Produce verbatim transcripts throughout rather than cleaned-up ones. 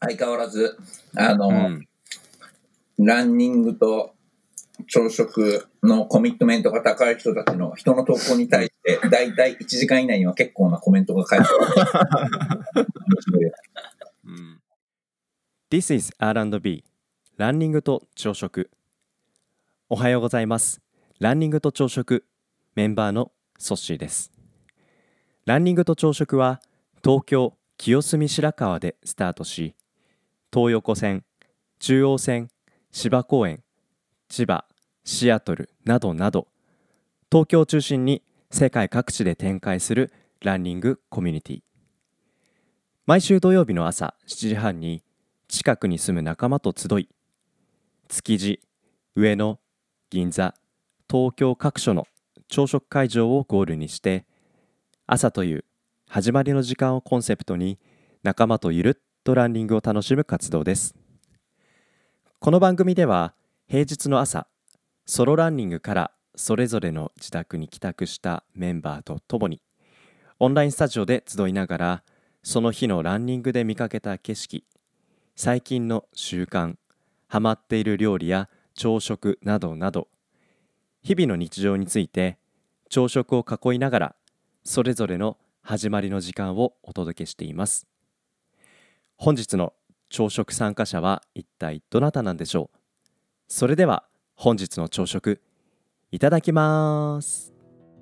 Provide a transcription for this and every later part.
相変わらずあの、 うん、 ランニングと朝食のコミットメントが高い人たちの人の投稿に対してだいたいいちじかん以内には結構なコメントが返ってくる。 うん、This is アールアンドビー ランニングと朝食。おはようございます。ランニングと朝食メンバーのソッシーです。ランニングと朝食は東京清澄白河でスタートし、東横線、中央線、芝公園、千葉、シアトルなどなど東京を中心に世界各地で展開するランニングコミュニティ。毎週土曜日の朝しちじはんに近くに住む仲間と集い、築地、上野、銀座、東京各所の朝食会場をゴールにして、朝という始まりの時間をコンセプトに仲間とゆるっとランニングを楽しむ活動です。この番組では平日の朝、ソロランニングからそれぞれの自宅に帰宅したメンバーとともにオンラインスタジオで集いながら、その日のランニングで見かけた景色、最近の習慣、ハマっている料理や朝食などなど、日々の日常について朝食を囲いながらそれぞれの始まりの時間をお届けしています。本日の朝食参加者は一体どなたなんでしょう。それでは本日の朝食いただきます。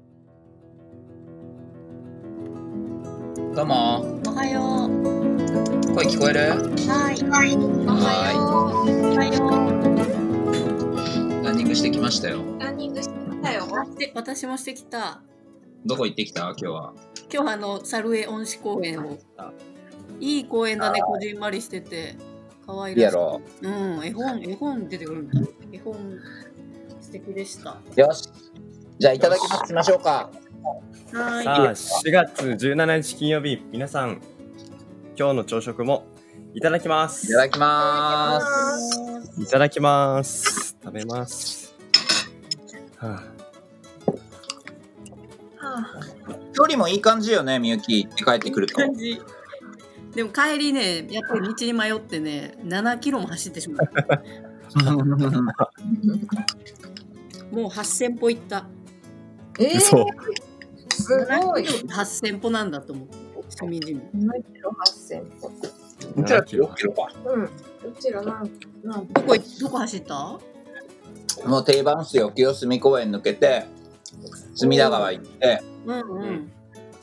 どうもおはよう。 声聞こえる？ はい。おはよう。おはよランニングしてきましたよ。 う。ランニングしてきたよ。で、私もしてきた。 どこ行ってきた？今日は。 今日はあの猿江恩賜公園を。いい公園だね。こじんまりしてて可愛らしい。 やろう。うん。絵本絵本出てくるんだ。絵本素敵でした。 よし。じゃあいただきますしましょうか。 はい。 さあしがつじゅうしちにち金曜日、皆さん今日の朝食もいただきます。 いただきます。 いただきます。食べます。はあ、 はあ、 距離もいい感じよね、みゆきって帰ってくると。 感じ。でも帰りね、やっぱり道に迷ってね、ななキロも走ってしまった。もうはっせん歩行った。 えー、 そうすごい。 はっせん歩なんだと思って。しみじみ。 ななキロはっせん歩。 うちらろっキロか。 うん。うちらなんなんどこどこ走った？ もう定番っすよ。清澄公園抜けて隅田川行って、 うんうん。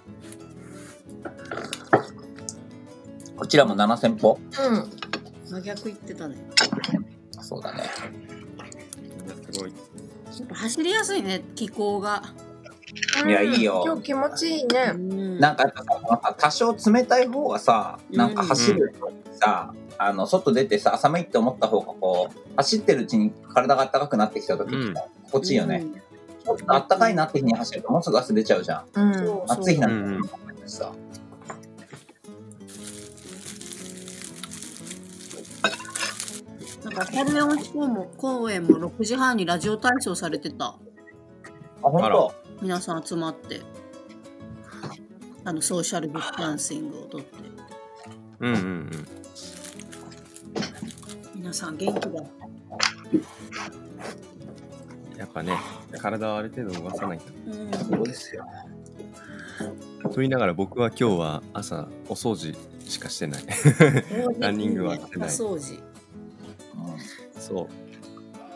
こちらもななせん歩。 うん。 真逆行ってたね。 そうだね。 すごい。 やっぱ走りやすいね、気候が。 いやいいよ。 今日気持ちいいね。 うんなんかやっぱさ、多少冷たい方がさ、なんか走るとさ、うん、あの外出てさ、寒いって思った方がこう走ってるうちに体が暖かくなってきた時ってさ、うん、心地いいよね。うん、ちょっと暖かいなって日に走るともうすぐ汗出ちゃうじゃん。うん、暑い日なんてさ。 なんか猿江恩賜公園もろくじはんにラジオ体操されてた。 あ、本当。 皆さん集まってあのソーシャルディスタンシングをとって。 うんうんうん。 皆さん元気だ。 やっぱね、体をある程度動かさないと。 うん、 そうですよ。 と言いながら僕は今日は朝お掃除しかしてない。ランニングはしてない。 お掃除。 そう。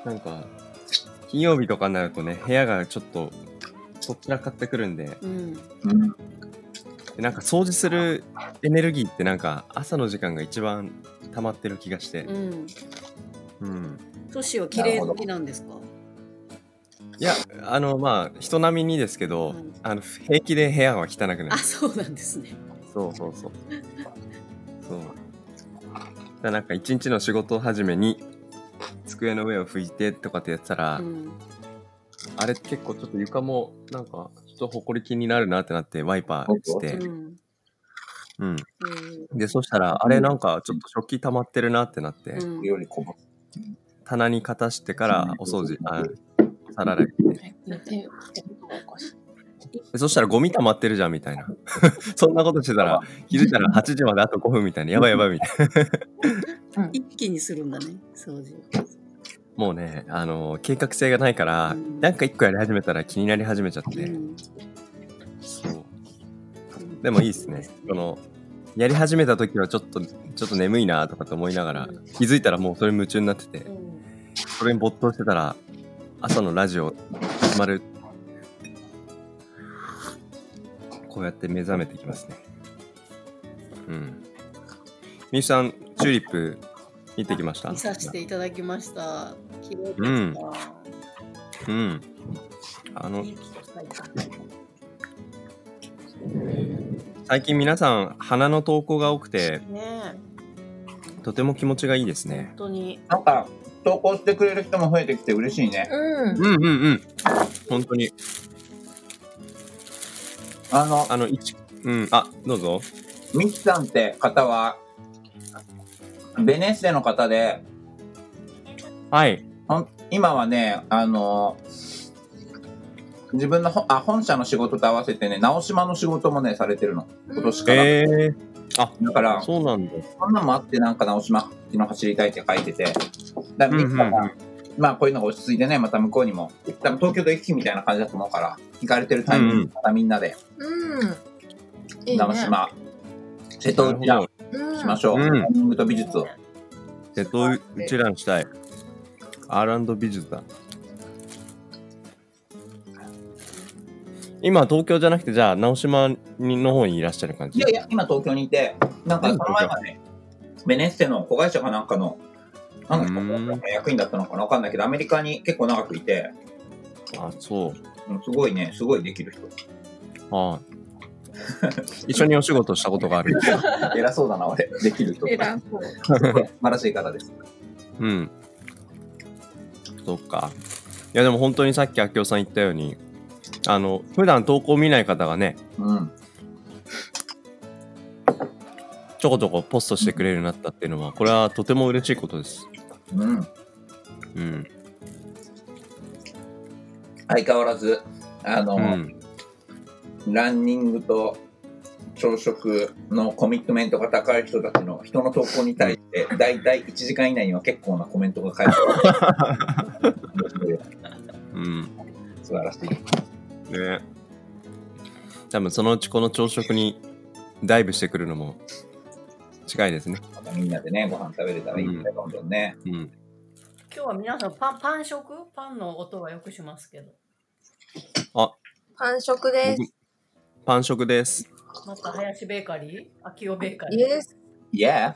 なんか金曜日とかになるとね、部屋がちょっとそちらかってくるんで、 うん、 でなんか掃除するエネルギーってなんか朝の時間が一番溜まってる気がして。うん。 うん。トシは綺麗好きなんですか？ いや、あのまあ人並みにですけど、うん、あの平気で部屋は汚くなる。 あ、そうなんですね。 そうそうそう。そう。だなんか一日の仕事始めに机の上を拭いてとかってやってたら、うん、あれ結構ちょっと床もなんかちょっとほこり気になるなってなってワイパーして、うん、うん、でそしたらあれなんかちょっと食器溜まってるなってなって、うん、棚にかたしてからお掃除、あ、皿洗いして。 そしたらゴミ溜まってるじゃんみたいなそんなことしてたら気づいたらはちじまであとごふんみたいな、やばいやばいみたいな一気にするんだね、掃除。 もうね、あの計画性がないから、 うん、 なんか一個やり始めたら気になり始めちゃって、うん、そうでもいいですね。このやり始めた時はちょっとちょっと眠いなとかと思いながら、うん、気づいたらもうそれ夢中になってて、うん、それに没頭してたら朝のラジオ始まる、こうやって目覚めてきますね。うん。みゆさん、チューリップ見てきました？ 見させていただきました。綺麗でした。うん。 うん。あの最近皆さん花の投稿が多くて、ね、とても気持ちがいいですね。 本当に。 なんか投稿してくれる人も増えてきて嬉しいね。 うん、うんうんうん本当に。 あのあの一うんあどうぞ。 ミキさんって方はベネッセの方で、 はい。 今はねあの自分のあ本社の仕事と合わせてね直島の仕事もねされてるの今年から。 へーあだからそうなんだ。 そんなのもあってなんか直島の走りたいって書いてて、だからミキさんが、うんうんうん、まあこういうのが落ち着いてねまた向こうにも多分東京と行き来みたいな感じだと思うから行かれてるタイミングでまたみんなで、 うんいいね、直島瀬戸内覧しましょう。ランニングと美術を瀬戸内覧したい。アールアンド美術だ。今東京じゃなくてじゃあ直島の方にいらっしゃる感じ？ いやいや今東京にいて、なんかその前までベネッセの子会社かなんかのなんか役員だったのかな分かんないけどアメリカに結構長くいて。 あそうすごいねすごいできる人。 ああ一緒にお仕事したことがある。 偉そうだな俺できる人。 偉そう素晴らしい方です。 うんそっか。いやでも本当にさっき明夫さん言ったようにあの普段投稿見ない方がね、うん、ちょこちょこポストしてくれるようになったっていうのはこれはとても嬉しいことです。うん、うん、 相変わらずあの、うん、ランニングと朝食のコミットメントが高い人たちの人の投稿に対してだいたいいちじかん以内には結構なコメントが返ってくる。うん、素晴らしい。 ね、多分そのうちこの朝食にダイブしてくるのも近いですね。 またみんなでねご飯食べれたらいいんだよ、どんどんね、うん、 今日は皆さんパンパン食パンの音はよくしますけど。 あパン食です。 パン食です。 また林ベーカリー秋代ベーカリー。 Yes Yeah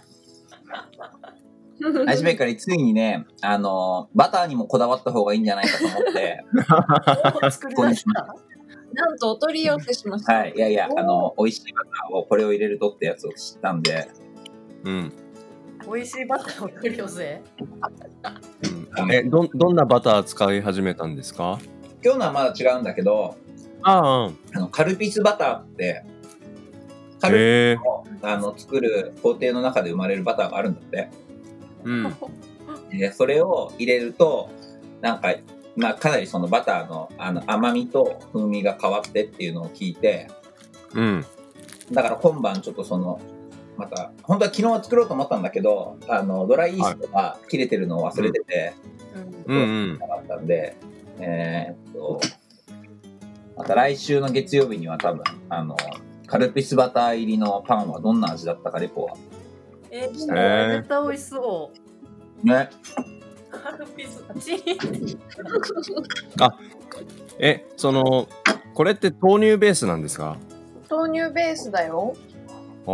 林ベーカリーついにねあのバターにもこだわった方がいいんじゃないかと思って作りました。 なんとお取り寄せしました。 はい、いやいやあの美味しいバターをこれを入れるとってやつを知ったんで、 うん、 美味しいバターを取り寄せ。 うん、え ど, どんなバター使い始めたんですか？ 今日のはまだ違うんだけど、 ああ、 あのカルピスバターってカルピスをあの作る工程の中で生まれるバターがあるんだって。うん、でそれを入れるとなんか、まあ、かなりそのバター の, あの甘みと風味が変わってっていうのを聞いて、うん、だから今晩ちょっとそのまた本当は昨日は作ろうと思ったんだけどあのドライイーストが切れてるのを忘れてて、うんうん、なかったんで、えー、っとまた来週の月曜日には多分あのカルピスバター入りのパンはどんな味だったかレポはえー、絶対美味しそうね。 カルピスチあ、え、そのこれって豆乳ベースなんですか？ 豆乳ベースだよ。 ああ、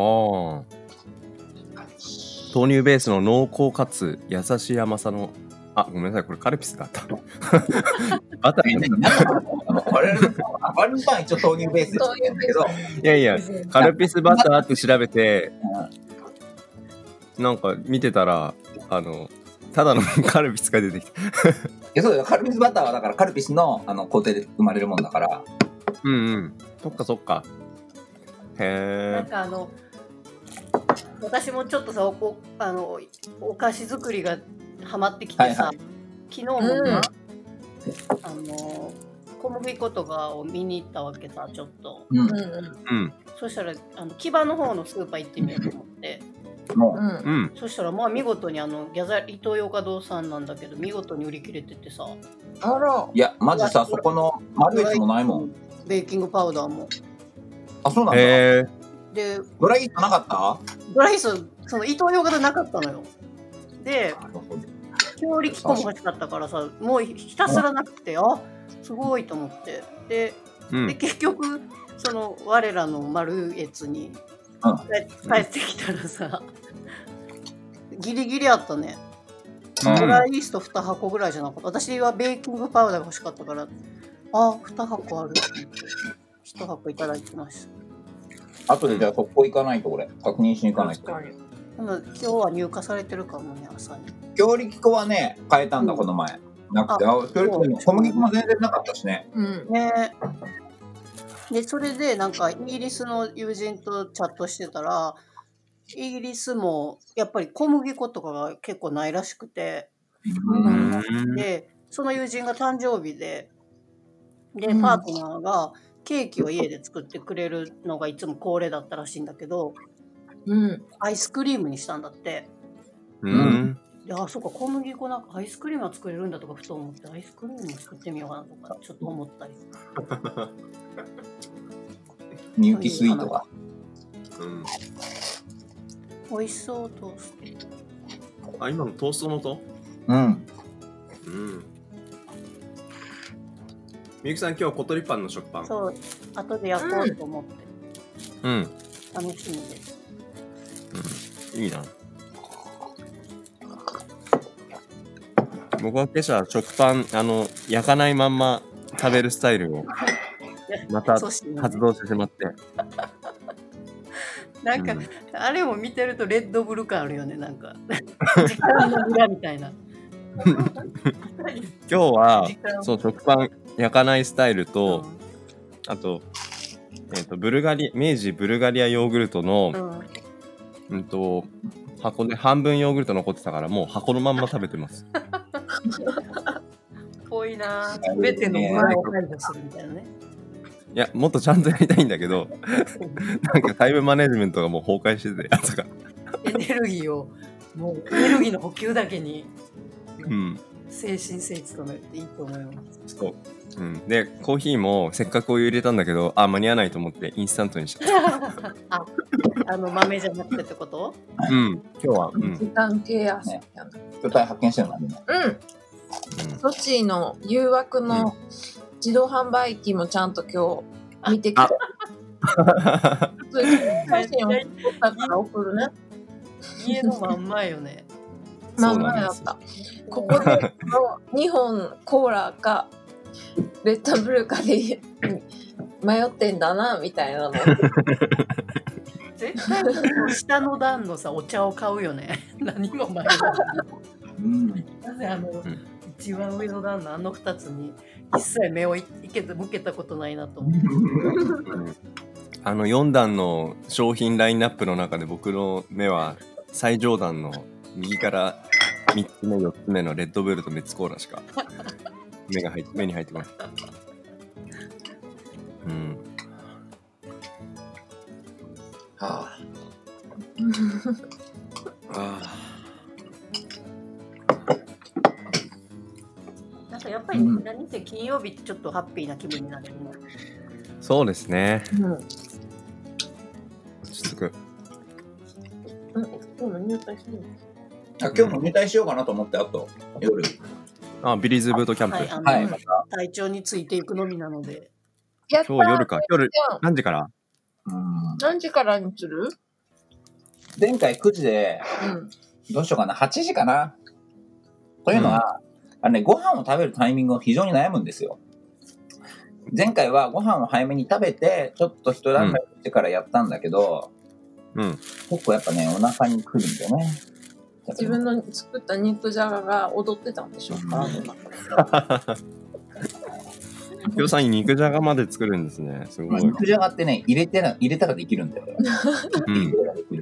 豆乳ベースの濃厚かつ優しい甘さの、あ、ごめんなさい、これカルピスだったバターに我々のパン一応豆乳ベースで作ってるんだけどいやいやカルピスバターって調べてなんか見てたらあのただのカルピスが出てきたいやそうだよ、カルピスバターはだからカルピス の, あの工程で生まれるもんだから。 うんうん、そっかそっか。へえ。 なんかあの私もちょっとさ お, あのお菓子作りがハマってきてさ、はいはい、昨日もね、うん、あの小麦粉とかを見に行ったわけさ、ちょっと。 うん。 うんうんそしたらあの木場の方のスーパー行ってみようと思って。 もうんうんそしたらまあ見事にあのギャザイトーヨーカドーさんなんだけど見事に売り切れててさ。 あらう。いや、マジさ、そこのマルエツもないもん。 ベーキングパウダーも。 あ、そうなんだ。 へえで、 ドライイートなかったドライスそのイトーヨーカドーなかったのよ。で、 なるほど。 強力粉も欲しかったからさ、もうひたすらなくて、あ、すごいと思って。で、 うんで結局その我らのマルエツにうん帰帰ってきたらさ、ギリギリあったね。 うんドライイーストに箱ぐらいじゃなかった。私はベーキングパウダーが欲しかったから、あ、に箱あるって言っていち箱いただいてました。 後でじゃあそこ行かないと俺、確認しに行かないと。 確かに。 でも今日は入荷されてるかもね、朝に。 強力粉はね、変えたんだ、 うんこの前。なくて、 ああ、強力粉でも小麦粉も全然なかったしね。 うん。 ねで、それでなんかイギリスの友人とチャットしてたら、イギリスもやっぱり小麦粉とかが結構ないらしくて、 うんで、その友人が誕生日で、で、 うんパートナーがケーキを家で作ってくれるのがいつも恒例だったらしいんだけど、 うん。 アイスクリームにしたんだって。 うんで、あ、そうか、小麦粉なんかアイスクリームは作れるんだとかふと思って、アイスクリーム作ってみようかなとかちょっと思ったり。 みゆきスイートが。 うん美味しそうトースト。 あ今のトーストの音うん。 うんみゆきさん今日は小鳥パンの食パンそう、後で焼こうと思って、 うん楽しみです。 いいな。僕は今朝食パンあの焼かないまんま食べるスタイルをまたそうしようね発動してしまって、 なんか、 うんあれも見てるとレッドブル感あるよね、なんか。時間の裏みたいな。 今日は時間そう食パン焼かないスタイルと、 うあと,、えー、とブルガリ明治ブルガリアヨーグルトの、 んうんうんと箱で半分ヨーグルト残ってたからもう箱のまんま食べてます。 ぽいなぁ。すべての前を解除するみたいなね。 いやもっとちゃんとやりたいんだけどなんかタイムマネジメントがもう崩壊してて朝がエネルギーを、もうエネルギーの補給だけに、 うん精神性努めていいと思います。 そう、うん、でコーヒーもせっかくお湯入れたんだけどあ間に合わないと思ってインスタントにしちゃったあ、あの豆じゃなくてってことうん今日はうん、うん時短系やすねやな。 巨体発見してるのね。 うん。ソチーの誘惑の自動販売機もちゃんと今日見てきた。そういう写真を撮ったから送るね。 家のまんまよね。 まそうなんですんまやった。ここでにほんコーラかレッドブルかで迷ってんだなみたいなの。 絶対下の段のさお茶を買うよね。何も前だ。 うん。 なぜあの、 ん一番上の段のあの二つに一切目をいいけ向けたことないなと思って。 うんあのよん段の商品ラインナップの中で僕の目は最上段の右からみっつめよっつめのレッドブルとメッツコーラしか目が入って目に入ってこない。うんはあ。 あなんかやっぱりうん何せ金曜日ってちょっとハッピーな気分になれるね。 ーそうですね。 うん。 落ち着く。 うん。今入会してる。 あ今日も入隊しようかなと思って、あと夜。 あビリーズブートキャンプ。 はい、あの、 はい、また。 体調についていくのみなので。 やったー今日夜か。夜じゃあ何時から？ うん。 何時からにする？ 前回くじで、 うん。 どうしようかな、はちじかな。というのは、あのね、ご飯を食べるタイミングを非常に悩むんですよ。前回はご飯を早めに食べて、ちょっと一段階してからやったんだけど、 うん。 結構やっぱね、お腹にくるんだよね。 自分の作った肉じゃがが踊ってたんでしょうか？ 今日さんに肉じゃがまで作るんですね。すごい。 肉じゃがってね、入れてな、入れたらできるんだよ。 うん。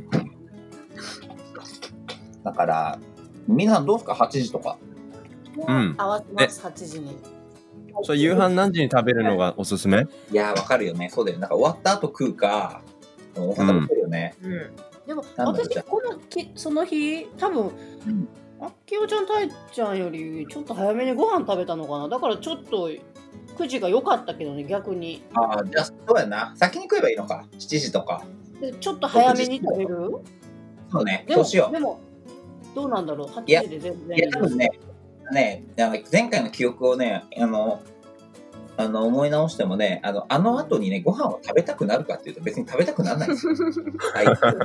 だから、皆さんどうすか ?はち 時とか。 うん合わせます、はちじに。 それ夕飯何時に食べるのがおすすめ？ いやー、わかるよね。そうだよね。なんか終わった後食うか、お腹食べるよね。 うん。 でもなんだろう私じゃあこのきその日多分うんあきおちゃんたいちゃんよりちょっと早めにご飯食べたのかな。だからちょっとくじが良かったけどね、逆に。 ああ、じゃあそうやな。先に食えばいいのか。しちじとか。 でちょっと早めに食べる。 そうね。 でもそうしよでもどうなんだろう。はちいやじで全う。 然いや、多分ね、ね、あの前回の記憶をね、あの、あの思い直してもね、あの、あの後にね、ご飯を食べたくなるかっていうと別に食べたくならないんですよ。はい。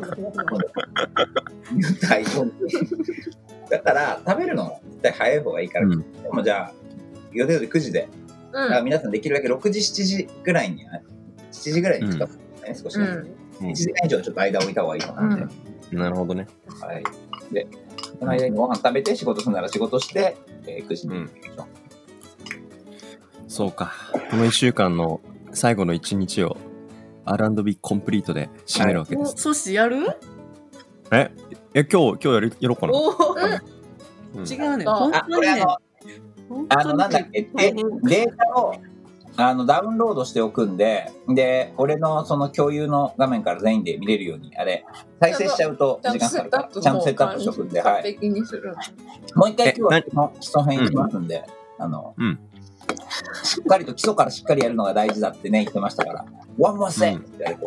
はいだから、食べるのも絶対早い方がいいから。 うんでもじゃあ、予定通りくじで、だから皆さんできるだけろくじ、しちじぐらいに、しちじぐらいに近くね、少しね。 うん。 いちじかん以上ちょっと間を置いた方がいいかなって。 なるほどね。 はい。で、その間にご飯食べて仕事するなら仕事して、えー、くじに行きましょう。 そうか。このいっしゅうかんの最後のいちにちを アールアンドビー コンプリートで締めるわけでおす。 そしやる？ ええ、今日、今日やるやろうかな。 おお、 うん違うね。 ああ、 本当にね。 これあの、あの、なんだっけ、でデータをあのダウンロードしておくんで、で、俺のその共有の画面から全員で見れるように、あれ、再生しちゃうと時間かかるから、ちゃんとセットアップしておくんで、はい。 完璧にする。 もう一回え今日はその基礎編いきますんで、あの、 うん。 しっかりと基礎からしっかりやるのが大事だってね、言ってましたから、ワンモアセンってやると。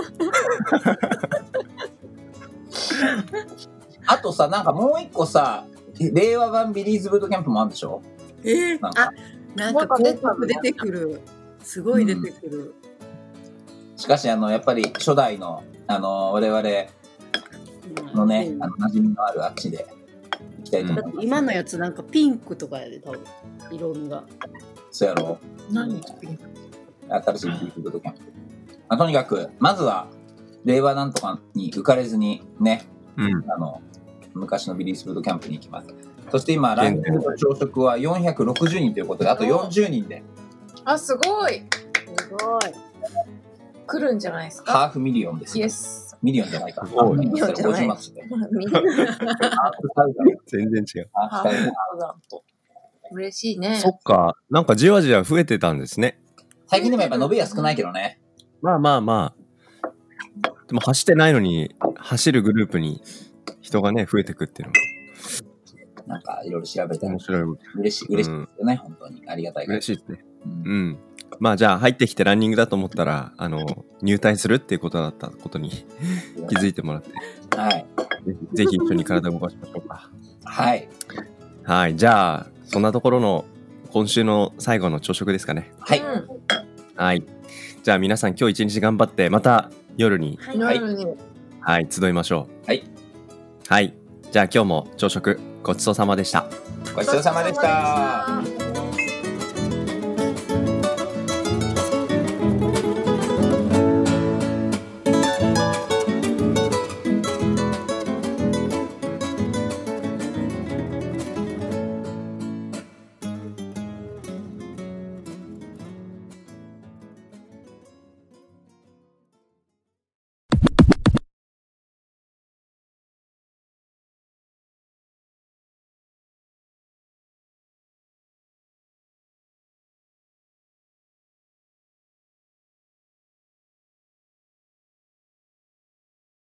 あとさ、なんかもう一個さ、令和版ビリーズブートキャンプもあるんでしょ？ えー、 なんかあ、なんか広告出てくる。すごい出てくる。 しかし、あの、やっぱり初代の、あの、我々のね、 うんあの、馴染みのあるあっちで行きたいと思います。 今のやつなんかピンクとかやで、多分。色味が。 そうやろ何？ 新しいビリーズブートキャンプ。まあ、とにかく、まずは、令和なんとかに浮かれずにね、 うん。 あの、昔のビリーズブートキャンプに行きます。そして今、ランキングの朝食はよんひゃくろくじゅうにんということで、あとよんじゅうにんで、 あ、すごい。 すごい。 来るんじゃないですか。 ハーフミリオンですよ。 イエス。 ミリオンじゃないか。 すごいミリオンしたらごじゅうまんですね。 みんなハーフサウザン全然違う。 ハーフサウザン嬉しいね。 そっか。なんかじわじわ増えてたんですね。 最近でもやっぱ伸びは少ないけどね。 まあまあまあ。でも走ってないのに、走るグループに人がね、増えてくっていうのなんかいろいろ調べたらが面白い。 嬉しい、嬉しいですよね。本当にありがたいから。 嬉しいですね。 うんうん。まあじゃあ入ってきてランニングだと思ったら、あの、入隊するっていうことだったことに気づいてもらって、 はい。 ぜひぜひ一緒に体を動かしましょうか。 はい。 はい。じゃあ、そんなところの今週の最後の朝食ですかね。 はい。 うん。 はい。じゃあ皆さん今日一日頑張って、また夜に、 はい。 夜に。 はい、集いましょう。 はい。 はい。じゃあ今日も朝食ごちそうさまでした。 ごちそうさまでした。 ごちそうさまでした。